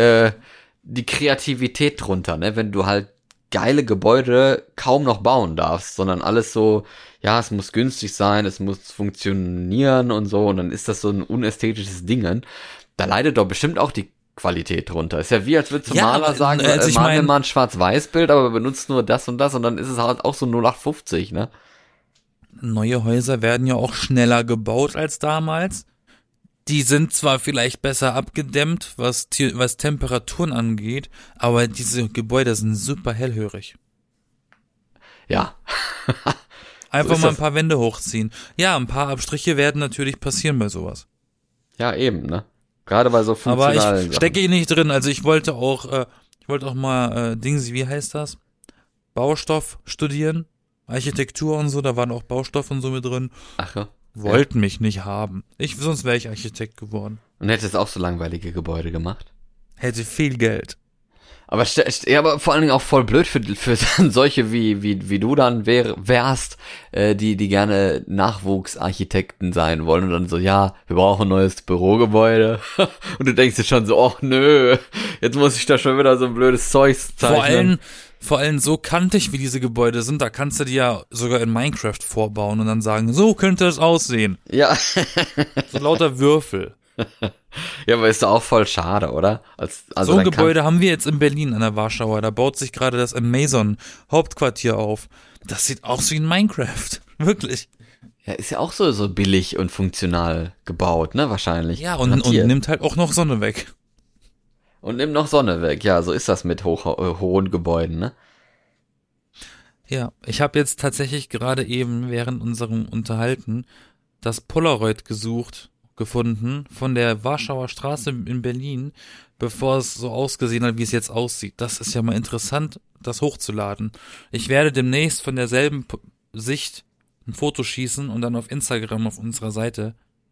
A: Kreativität drunter, ne? Wenn du halt geile Gebäude kaum noch bauen darfst, sondern alles so, ja, es muss günstig sein, es muss funktionieren und so, und dann ist das so ein unästhetisches Ding. Da leidet doch bestimmt auch die Qualität drunter. Ist ja wie, als würdest du Maler sagen, malen wir mal ein Schwarz-Weiß-Bild, aber benutzt nur das und dann ist es halt auch so 0850, ne?
B: Neue Häuser werden ja auch schneller gebaut als damals. Die sind zwar vielleicht besser abgedämmt, was Temperaturen angeht, aber diese Gebäude sind super hellhörig.
A: Ja.
B: Einfach
A: so
B: mal ein paar Wände hochziehen. Ja, ein paar Abstriche werden natürlich passieren bei sowas.
A: Ja, eben, ne? Gerade bei so funktionalen
B: Aber ich stecke hier nicht drin. Also ich wollte auch mal wie heißt das? Baustoff studieren, Architektur und so. Da waren auch Baustoffe und so mit drin.
A: Ach ja.
B: Wollten mich nicht haben. Sonst wäre ich Architekt geworden.
A: Und hättest auch so langweilige Gebäude gemacht?
B: Hätte viel Geld.
A: Aber vor allen Dingen auch voll blöd für solche wie du dann wärst, die gerne Nachwuchsarchitekten sein wollen und dann so, ja, wir brauchen ein neues Bürogebäude. Und du denkst dir schon so, ach nö, jetzt muss ich da schon wieder so ein blödes Zeugs zeichnen.
B: Vor allem so kantig wie diese Gebäude sind, da kannst du die ja sogar in Minecraft vorbauen und dann sagen, so könnte es aussehen.
A: Ja.
B: So lauter Würfel.
A: Ja, aber ist doch auch voll schade, oder?
B: So ein Gebäude haben wir jetzt in Berlin an der Warschauer. Da baut sich gerade das Amazon Hauptquartier auf. Das sieht aus wie in Minecraft. Wirklich.
A: Ja, ist ja auch so billig und funktional gebaut, ne, wahrscheinlich.
B: Ja, und nimmt halt auch noch Sonne weg.
A: Und nimmt noch Sonne weg. Ja, so ist das mit hohen Gebäuden, ne?
B: Ja, ich habe jetzt tatsächlich gerade eben während unserem Unterhalten das Polaroid gefunden von der Warschauer Straße in Berlin, bevor es so ausgesehen hat, wie es jetzt aussieht. Das ist ja mal interessant, das hochzuladen. Ich werde demnächst von derselben Sicht ein Foto schießen und dann auf Instagram auf unserer Seite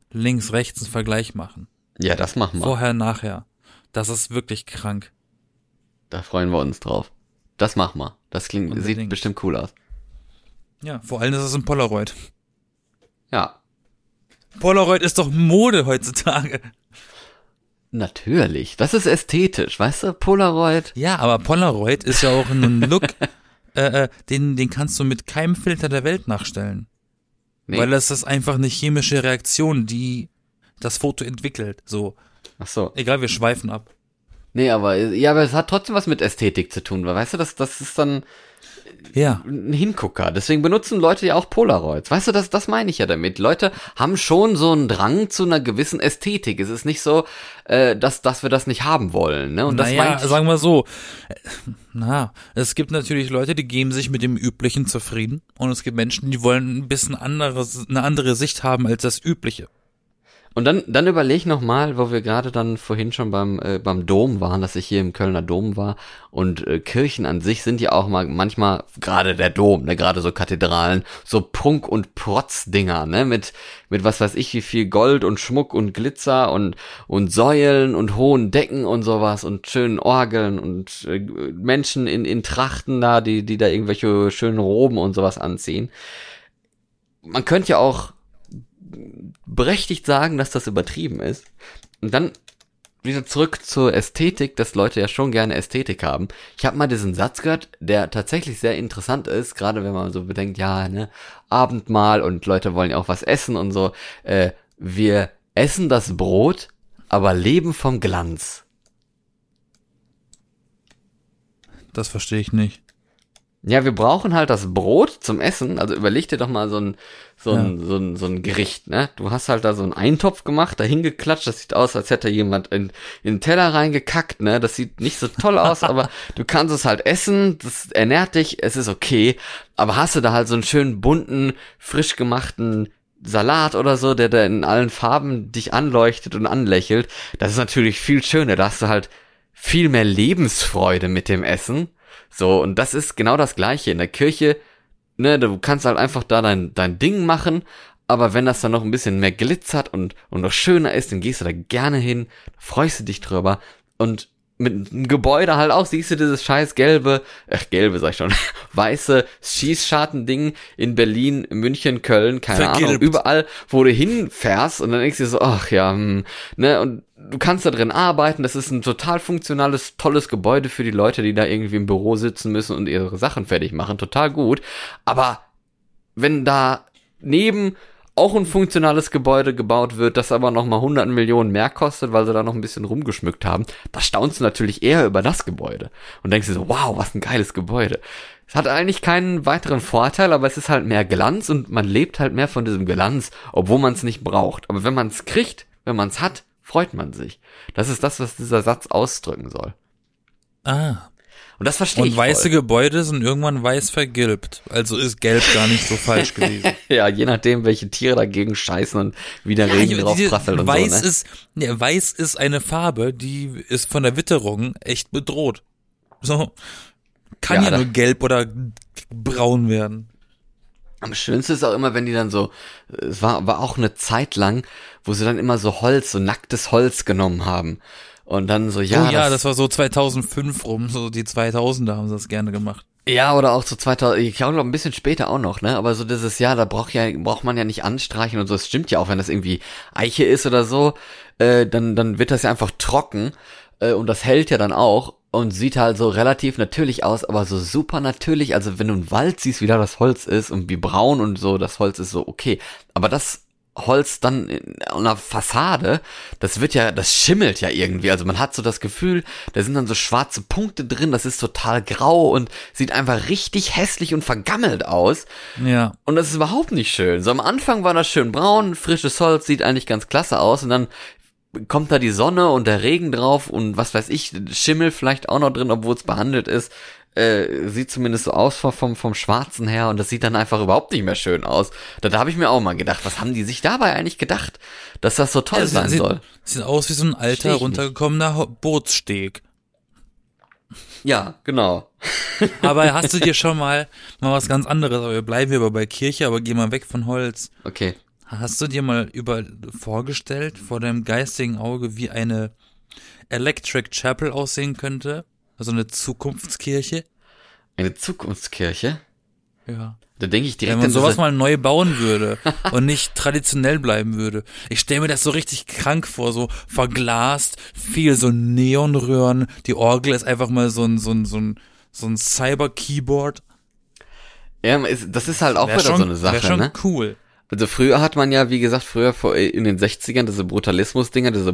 B: links, rechts einen Vergleich machen.
A: Ja, das machen wir.
B: Vorher, nachher. Das ist wirklich krank.
A: Da freuen wir uns drauf. Das machen wir. Das sieht
B: Unbedingt.
A: bestimmt cool aus.
B: Ja, vor allem ist es ein Polaroid.
A: Ja,
B: Polaroid ist doch Mode heutzutage.
A: natürlich. Das ist ästhetisch, weißt du? Polaroid.
B: Ja, aber Polaroid ist ja auch ein Look, den kannst du mit keinem Filter der Welt nachstellen.
A: Nee.
B: Weil das ist einfach eine chemische Reaktion, die das Foto entwickelt. So,
A: Ach so.
B: egal, wir schweifen ab.
A: Nee, aber es hat trotzdem was mit Ästhetik zu tun, weil weißt du, das ist dann
B: Ja,
A: ein Hingucker. Deswegen benutzen Leute ja auch Polaroids. Weißt du, das meine ich ja damit. Leute haben schon so einen Drang zu einer gewissen Ästhetik. Es ist nicht so, dass wir das nicht haben wollen, ne? Und das
B: naja,
A: meine ich.
B: sagen wir so. Es gibt natürlich Leute, die geben sich mit dem Üblichen zufrieden. Und es gibt Menschen, die wollen ein bisschen eine andere Sicht haben als das Übliche.
A: Und dann überleg noch mal, wo wir gerade dann vorhin schon beim Dom waren, dass ich hier im Kölner Dom war, und Kirchen an sich sind ja auch mal manchmal, gerade der Dom, ne, gerade so Kathedralen, so Prunk- und Protz-Dinger, ne, mit was weiß ich wie viel Gold und Schmuck und Glitzer und Säulen und hohen Decken und sowas und schönen Orgeln und Menschen in Trachten da, die da irgendwelche schönen Roben und sowas anziehen. Man könnte ja auch berechtigt sagen, dass das übertrieben ist. Und dann wieder zurück zur Ästhetik, dass Leute ja schon gerne Ästhetik haben. Ich habe mal diesen Satz gehört, der tatsächlich sehr interessant ist, gerade wenn man so bedenkt, ja, ne, Abendmahl und Leute wollen ja auch was essen und so. Wir essen das Brot, aber leben vom Glanz.
B: Das verstehe ich nicht.
A: Ja, wir brauchen halt das Brot zum Essen. Also überleg dir doch mal so ein Gericht, ne? Du hast halt da so einen Eintopf gemacht, da hingeklatscht, das sieht aus, als hätte jemand in den Teller reingekackt, ne? Das sieht nicht so toll aus, aber du kannst es halt essen, das ernährt dich, es ist okay. Aber hast du da halt so einen schönen bunten, frisch gemachten Salat oder so, der da in allen Farben dich anleuchtet und anlächelt, das ist natürlich viel schöner. Da hast du halt viel mehr Lebensfreude mit dem Essen. So, und das ist genau das Gleiche. In der Kirche, ne, du kannst halt einfach da dein Ding machen, aber wenn das dann noch ein bisschen mehr glitzert und noch schöner ist, dann gehst du da gerne hin, freust du dich drüber. Und mit einem Gebäude halt auch, siehst du dieses scheiß gelbe sag ich schon, weiße Schießscharten-Ding in Berlin, München, Köln, keine Ahnung, überall, wo du hinfährst und dann denkst du dir so, ach ja, ne, und du kannst da drin arbeiten, das ist ein total funktionales, tolles Gebäude für die Leute, die da irgendwie im Büro sitzen müssen und ihre Sachen fertig machen, total gut, aber wenn da neben auch ein funktionales Gebäude gebaut wird, das aber nochmal 100 Millionen mehr kostet, weil sie da noch ein bisschen rumgeschmückt haben, da staunst du natürlich eher über das Gebäude und denkst dir so, wow, was ein geiles Gebäude. Es hat eigentlich keinen weiteren Vorteil, aber es ist halt mehr Glanz und man lebt halt mehr von diesem Glanz, obwohl man es nicht braucht. Aber wenn man es kriegt, wenn man es hat, freut man sich. Das ist das, was dieser Satz ausdrücken soll.
B: Ah.
A: Und das verstehe ich
B: Und weiße
A: voll.
B: Gebäude sind irgendwann weiß vergilbt. Also ist gelb gar nicht so falsch gewesen.
A: Ja, je nachdem, welche Tiere dagegen scheißen und wie der Regen drauf prasselt und
B: weiß
A: so, ne?
B: Weiß ist eine Farbe, die ist von der Witterung echt bedroht. So. Kann ja nur gelb oder braun werden.
A: Am schönsten ist auch immer, wenn die dann so, es war auch eine Zeit lang, wo sie dann immer so Holz, so nacktes Holz genommen haben. Und dann so, ja.
B: Oh ja, das war so 2005 rum, so die 2000er haben sie das gerne gemacht.
A: Ja, oder auch so 2000, ich glaube ein bisschen später auch noch, ne? Aber so dieses Jahr, da braucht man ja nicht anstreichen und so. Es stimmt ja auch, wenn das irgendwie Eiche ist oder so, dann wird das ja einfach trocken und das hält ja dann auch und sieht halt so relativ natürlich aus, aber so super natürlich. Also wenn du einen Wald siehst, wie da das Holz ist und wie braun und so, das Holz ist so okay. Aber das Holz dann in einer Fassade, das schimmelt ja irgendwie, also man hat so das Gefühl, da sind dann so schwarze Punkte drin, das ist total grau und sieht einfach richtig hässlich und vergammelt aus.
B: Ja.
A: Und das ist überhaupt nicht schön. So am Anfang war das schön braun, frisches Holz, sieht eigentlich ganz klasse aus und dann kommt da die Sonne und der Regen drauf und was weiß ich, Schimmel vielleicht auch noch drin, obwohl es behandelt ist. Sieht zumindest so aus vom Schwarzen her und das sieht dann einfach überhaupt nicht mehr schön aus. Da habe ich mir auch mal gedacht, was haben die sich dabei eigentlich gedacht, dass das so toll sein soll?
B: Sieht aus wie so ein alter, runtergekommener Bootssteg.
A: Ja, genau.
B: Aber hast du dir schon mal was ganz anderes, aber wir bleiben hier bei Kirche, aber geh mal weg von Holz.
A: Okay.
B: Hast du dir mal vorgestellt, vor deinem geistigen Auge, wie eine Electric Chapel aussehen könnte? Also eine Zukunftskirche?
A: Eine Zukunftskirche?
B: Ja.
A: Da denke ich direkt
B: Wenn man
A: an
B: sowas
A: diese,
B: mal neu bauen würde und nicht traditionell bleiben würde. Ich stelle mir das so richtig krank vor, so verglast, viel so Neonröhren, die Orgel ist einfach mal so ein Cyber-Keyboard.
A: ja, das ist halt auch wieder so eine Sache,
B: Wäre schon
A: ne?
B: cool.
A: Also früher hat man ja, wie gesagt, in den 60ern diese Brutalismus-Dinger, diese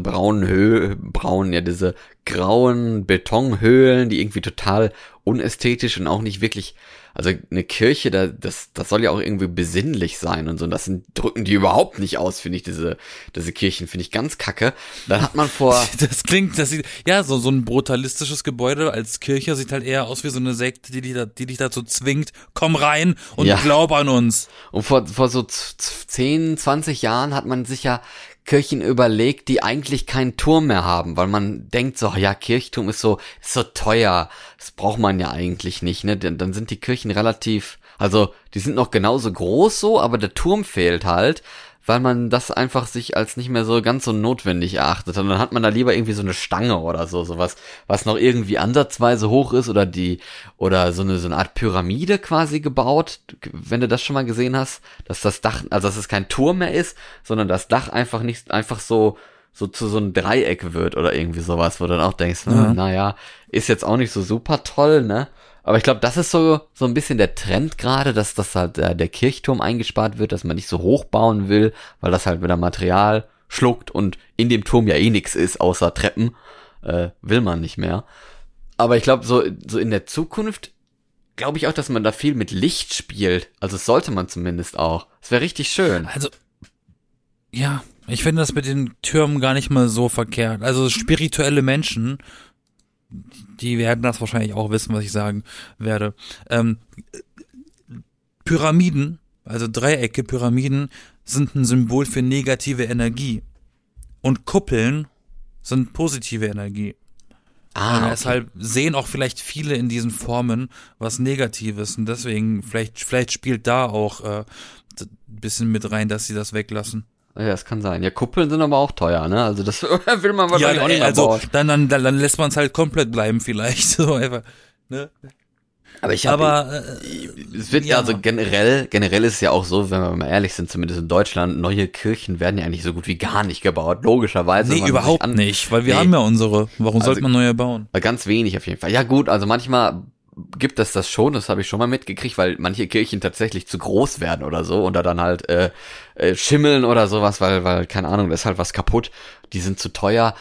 A: diese grauen Betonhöhlen, die irgendwie total unästhetisch und auch nicht wirklich, also eine Kirche, das soll ja auch irgendwie besinnlich sein und so, und drücken die überhaupt nicht aus, finde ich, diese Kirchen, finde ich ganz kacke. Dann hat man
B: Das sieht, ja, so ein brutalistisches Gebäude als Kirche sieht halt eher aus wie so eine Sekte, die dich dazu zwingt, komm rein und glaub an uns.
A: Und vor so 10, 20 Jahren hat man sich ja Kirchen überlegt, die eigentlich keinen Turm mehr haben, weil man denkt so, ja, Kirchturm ist so teuer, das braucht man ja eigentlich nicht, ne? Dann sind die Kirchen also die sind noch genauso groß so, aber der Turm fehlt halt, weil man das einfach sich als nicht mehr so ganz so notwendig erachtet. Und dann hat man da lieber irgendwie so eine Stange oder sowas, was noch irgendwie ansatzweise hoch ist oder so eine Art Pyramide quasi gebaut, wenn du das schon mal gesehen hast, dass das Dach, also dass es kein Turm mehr ist, sondern das Dach einfach nicht, einfach so zu so einem Dreieck wird oder irgendwie sowas, wo du dann auch denkst, naja, ist jetzt auch nicht so super toll, ne? Aber ich glaube, das ist so ein bisschen der Trend gerade, dass das halt der Kirchturm eingespart wird, dass man nicht so hoch bauen will, weil das halt wieder Material schluckt und in dem Turm ja eh nix ist, außer Treppen, will man nicht mehr. Aber ich glaube, so in der Zukunft glaube ich auch, dass man da viel mit Licht spielt. Also das sollte man zumindest auch. Es wäre richtig schön.
B: Also, ja, ich finde das mit den Türmen gar nicht mal so verkehrt. Also spirituelle Menschen, die werden das wahrscheinlich auch wissen, was ich sagen werde. Pyramiden, also Dreiecke, Pyramiden, sind ein Symbol für negative Energie. Und Kuppeln sind positive Energie.
A: Okay.
B: Deshalb sehen auch vielleicht viele in diesen Formen was Negatives. Und deswegen, vielleicht spielt da auch ein bisschen mit rein, dass sie das weglassen.
A: Ja, das kann sein. Ja, Kuppeln sind aber auch teuer, ne? Also das will man wahrscheinlich auch nicht mehr bauen.
B: Dann lässt man es halt komplett bleiben vielleicht. So einfach, ne?
A: Es wird ja, also generell ist es ja auch so, wenn wir mal ehrlich sind, zumindest in Deutschland, neue Kirchen werden ja eigentlich so gut wie gar nicht gebaut, logischerweise.
B: Nee, überhaupt nicht, weil wir haben ja unsere. Warum sollte man neue bauen?
A: Ganz wenig auf jeden Fall. Ja gut, also manchmal gibt es das schon, das habe ich schon mal mitgekriegt, weil manche Kirchen tatsächlich zu groß werden oder so und da dann halt schimmeln oder sowas, weil keine Ahnung, da ist halt was kaputt, die sind zu teuer,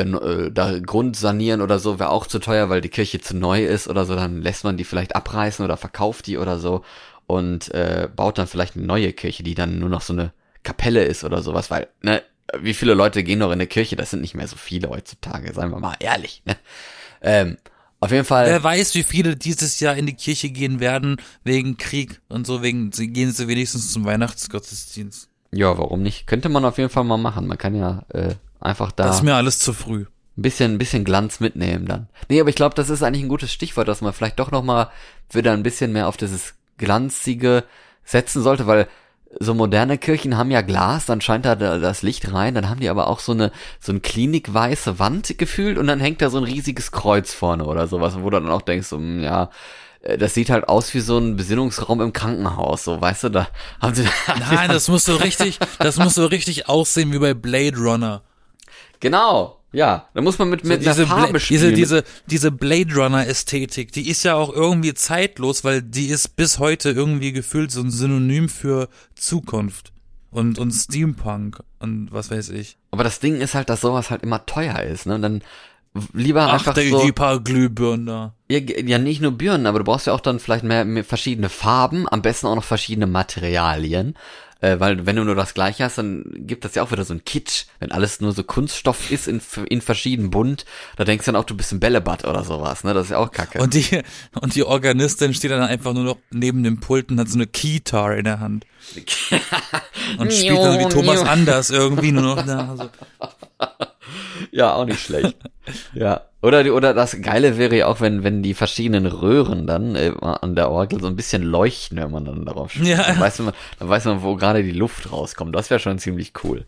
A: da Grund sanieren oder so wäre auch zu teuer, weil die Kirche zu neu ist oder so, dann lässt man die vielleicht abreißen oder verkauft die oder so und baut dann vielleicht eine neue Kirche, die dann nur noch so eine Kapelle ist oder sowas, weil, ne, wie viele Leute gehen noch in eine Kirche, das sind nicht mehr so viele heutzutage, seien wir mal ehrlich, ne? Auf jeden Fall.
B: Wer weiß, wie viele dieses Jahr in die Kirche gehen werden, wegen Krieg und so, gehen sie wenigstens zum Weihnachtsgottesdienst.
A: Ja, warum nicht? Könnte man auf jeden Fall mal machen. Man kann ja einfach da.
B: Das ist mir alles zu früh.
A: Ein bisschen Glanz mitnehmen dann. Nee, aber ich glaube, das ist eigentlich ein gutes Stichwort, dass man vielleicht doch nochmal wieder ein bisschen mehr auf dieses Glanzige setzen sollte, weil so moderne Kirchen haben ja Glas, dann scheint da das Licht rein, dann haben die aber auch so eine klinikweiße Wand gefühlt und dann hängt da so ein riesiges Kreuz vorne oder sowas, wo du dann auch denkst, ja, das sieht halt aus wie so ein Besinnungsraum im Krankenhaus, so, weißt du, da haben sie...
B: Nein, das muss so richtig aussehen wie bei Blade Runner.
A: Genau. Ja, da muss man mit einer Farbe spielen.
B: Diese Blade Runner Ästhetik, die ist ja auch irgendwie zeitlos, weil die ist bis heute irgendwie gefühlt so ein Synonym für Zukunft und Steampunk und was weiß ich.
A: Aber das Ding ist halt, dass sowas halt immer teuer ist, ne? Und dann lieber einfach so...
B: die paar Glühbirnen da.
A: Ja, nicht nur Birnen, aber du brauchst ja auch dann vielleicht mehr verschiedene Farben, am besten auch noch verschiedene Materialien. Weil wenn du nur das Gleiche hast, dann gibt das ja auch wieder so ein Kitsch, wenn alles nur so Kunststoff ist in verschieden bunt, da denkst du dann auch, du bist ein Bällebad oder sowas, ne, das ist ja auch kacke.
B: Und die Organistin steht dann einfach nur noch neben dem Pult und hat so eine Keytar in der Hand. Und spielt dann wie Thomas Anders irgendwie nur noch da. So.
A: Ja, auch nicht schlecht. Ja. Oder das Geile wäre ja auch, wenn die verschiedenen Röhren dann an der Orgel so ein bisschen leuchten, wenn man dann darauf steht.
B: Ja.
A: Dann weiß man, wo gerade die Luft rauskommt. Das wäre schon ziemlich cool.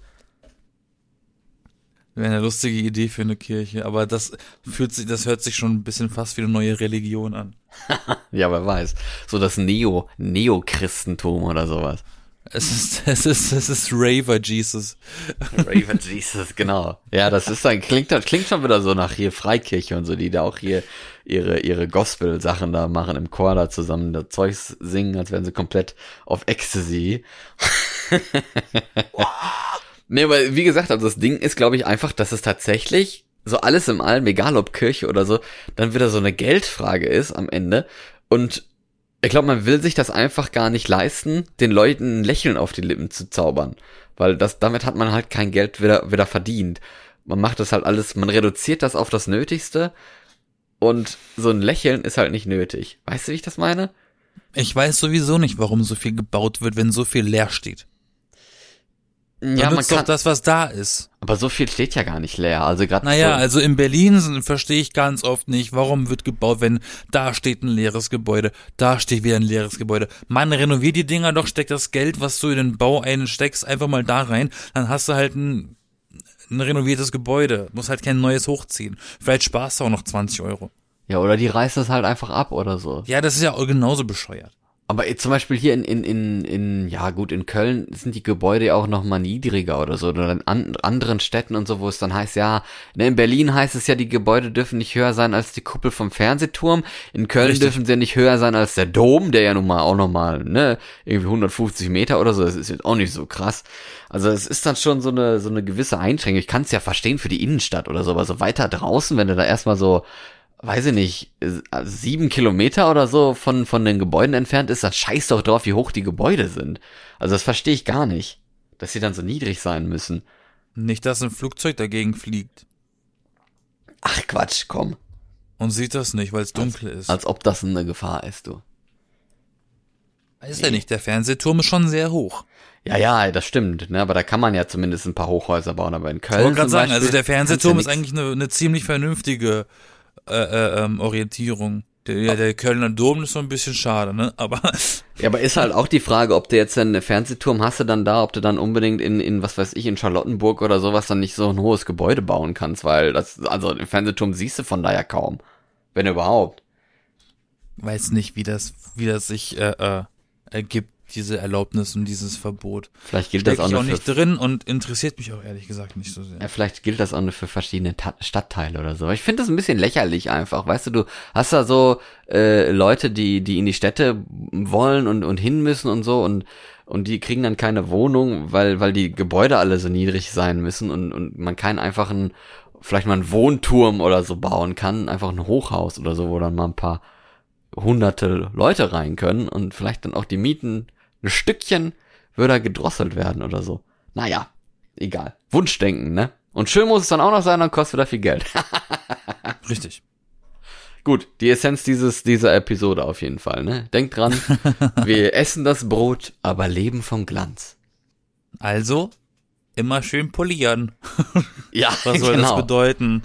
B: Wäre eine lustige Idee für eine Kirche, aber das hört sich schon ein bisschen fast wie eine neue Religion an.
A: Ja, wer weiß. So das Neochristentum oder sowas.
B: Es ist Raver Jesus.
A: Raver Jesus, genau. Ja, das ist dann, klingt schon wieder so nach hier Freikirche und so, die da auch hier ihre Gospel-Sachen da machen, im Chor da zusammen das Zeugs singen, als wären sie komplett auf Ecstasy. Nee, aber wie gesagt, also das Ding ist, glaube ich, einfach, dass es tatsächlich so alles im Allem, egal ob Kirche oder so, dann wieder so eine Geldfrage ist am Ende. Und ich glaube, man will sich das einfach gar nicht leisten, den Leuten ein Lächeln auf die Lippen zu zaubern. Weil damit hat man halt kein Geld wieder verdient. Man macht das halt alles, man reduziert das auf das Nötigste und so ein Lächeln ist halt nicht nötig. Weißt du, wie ich das meine?
B: Ich weiß sowieso nicht, warum so viel gebaut wird, wenn so viel leer steht.
A: Ja, man kann
B: doch das, was da ist.
A: Aber so viel steht ja gar nicht leer. Also gerade
B: Naja, also in Berlin verstehe ich ganz oft nicht, warum wird gebaut, wenn da steht ein leeres Gebäude, da steht wieder ein leeres Gebäude. Man, renovier die Dinger doch, steck das Geld, was du in den Bau einsteckst, einfach mal da rein, dann hast du halt ein renoviertes Gebäude. Muss halt kein neues hochziehen. Vielleicht sparst du auch noch 20 Euro.
A: Ja, oder die reißen es halt einfach ab oder so.
B: Ja, das ist ja auch genauso bescheuert.
A: Aber zum Beispiel hier ja gut, in Köln sind die Gebäude ja auch noch mal niedriger oder so, oder in anderen Städten und so, wo es dann heißt, ja, ne, in Berlin heißt es ja, die Gebäude dürfen nicht höher sein als die Kuppel vom Fernsehturm, in Köln
B: Richtig.
A: dürfen sie ja nicht höher sein als der Dom, der ja nun mal auch noch mal, ne, irgendwie 150 Meter oder so, das ist jetzt auch nicht so krass. Also es ist dann schon so eine gewisse Einschränkung. Ich kann es ja verstehen für die Innenstadt oder so, aber so weiter draußen, wenn du da erstmal so, weiß ich nicht, 7 Kilometer oder so von den Gebäuden entfernt ist, dann scheiß doch drauf, wie hoch die Gebäude sind. Also das verstehe ich gar nicht, dass sie dann so niedrig sein müssen.
B: Nicht, dass ein Flugzeug dagegen fliegt.
A: Ach Quatsch, komm.
B: Und sieht das nicht, weil es dunkel ist.
A: Als ob das eine Gefahr ist, du.
B: Weiß ja nicht, der Fernsehturm ist schon sehr hoch.
A: Ja, das stimmt, ne, aber da kann man ja zumindest ein paar Hochhäuser bauen, aber in Köln
B: Ich wollte gerade
A: zum
B: sagen,
A: Beispiel
B: also der Fernsehturm
A: kannst
B: ist
A: du
B: eigentlich eine ziemlich vernünftige Orientierung. Der Kölner Dom ist so ein bisschen schade, ne? Aber
A: Ja, aber ist halt auch die Frage, ob du jetzt einen Fernsehturm hast du dann da, ob du dann unbedingt in was weiß ich, in Charlottenburg oder sowas dann nicht so ein hohes Gebäude bauen kannst, weil also den Fernsehturm siehst du von da ja kaum. Wenn überhaupt.
B: weiß nicht, wie das sich ergibt, diese Erlaubnis und dieses Verbot.
A: Vielleicht gilt
B: Steck
A: das auch
B: ich
A: nur
B: auch nicht drin und interessiert mich auch ehrlich gesagt nicht so sehr.
A: Ja, vielleicht gilt das auch nur für verschiedene Stadtteile oder so. Ich finde das ein bisschen lächerlich einfach. Weißt du hast da so Leute, die in die Städte wollen und hin müssen und so und die kriegen dann keine Wohnung, weil die Gebäude alle so niedrig sein müssen und man keinen einfachen, vielleicht mal einen Wohnturm oder so bauen kann, einfach ein Hochhaus oder so, wo dann mal ein paar hunderte Leute rein können und vielleicht dann auch die Mieten ein Stückchen würde gedrosselt werden oder so. Naja, egal. Wunschdenken, ne? Und schön muss es dann auch noch sein, dann kostet wieder viel Geld.
B: Richtig.
A: Gut, die Essenz dieser Episode auf jeden Fall, ne? Denkt dran, wir essen das Brot, aber leben vom Glanz.
B: Also, immer schön polieren.
A: Ja,
B: Was soll das bedeuten?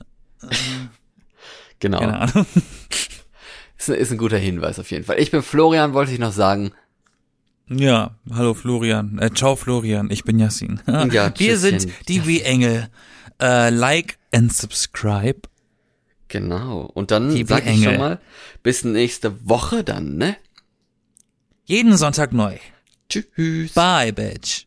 A: Genau.
B: Keine Ahnung.
A: Ist ein guter Hinweis auf jeden Fall. Ich bin Florian, wollte ich noch sagen.
B: Ja, hallo Florian. Ciao Florian, ich bin Yassin.
A: Ja,
B: Wir
A: tschüsschen.
B: sind die W-Engel. Like and subscribe.
A: Genau. Und dann
B: Die
A: sag ich
B: Engel.
A: schon mal, bis nächste Woche dann, ne?
B: Jeden Sonntag neu.
A: Tschüss.
B: Bye, Bitch.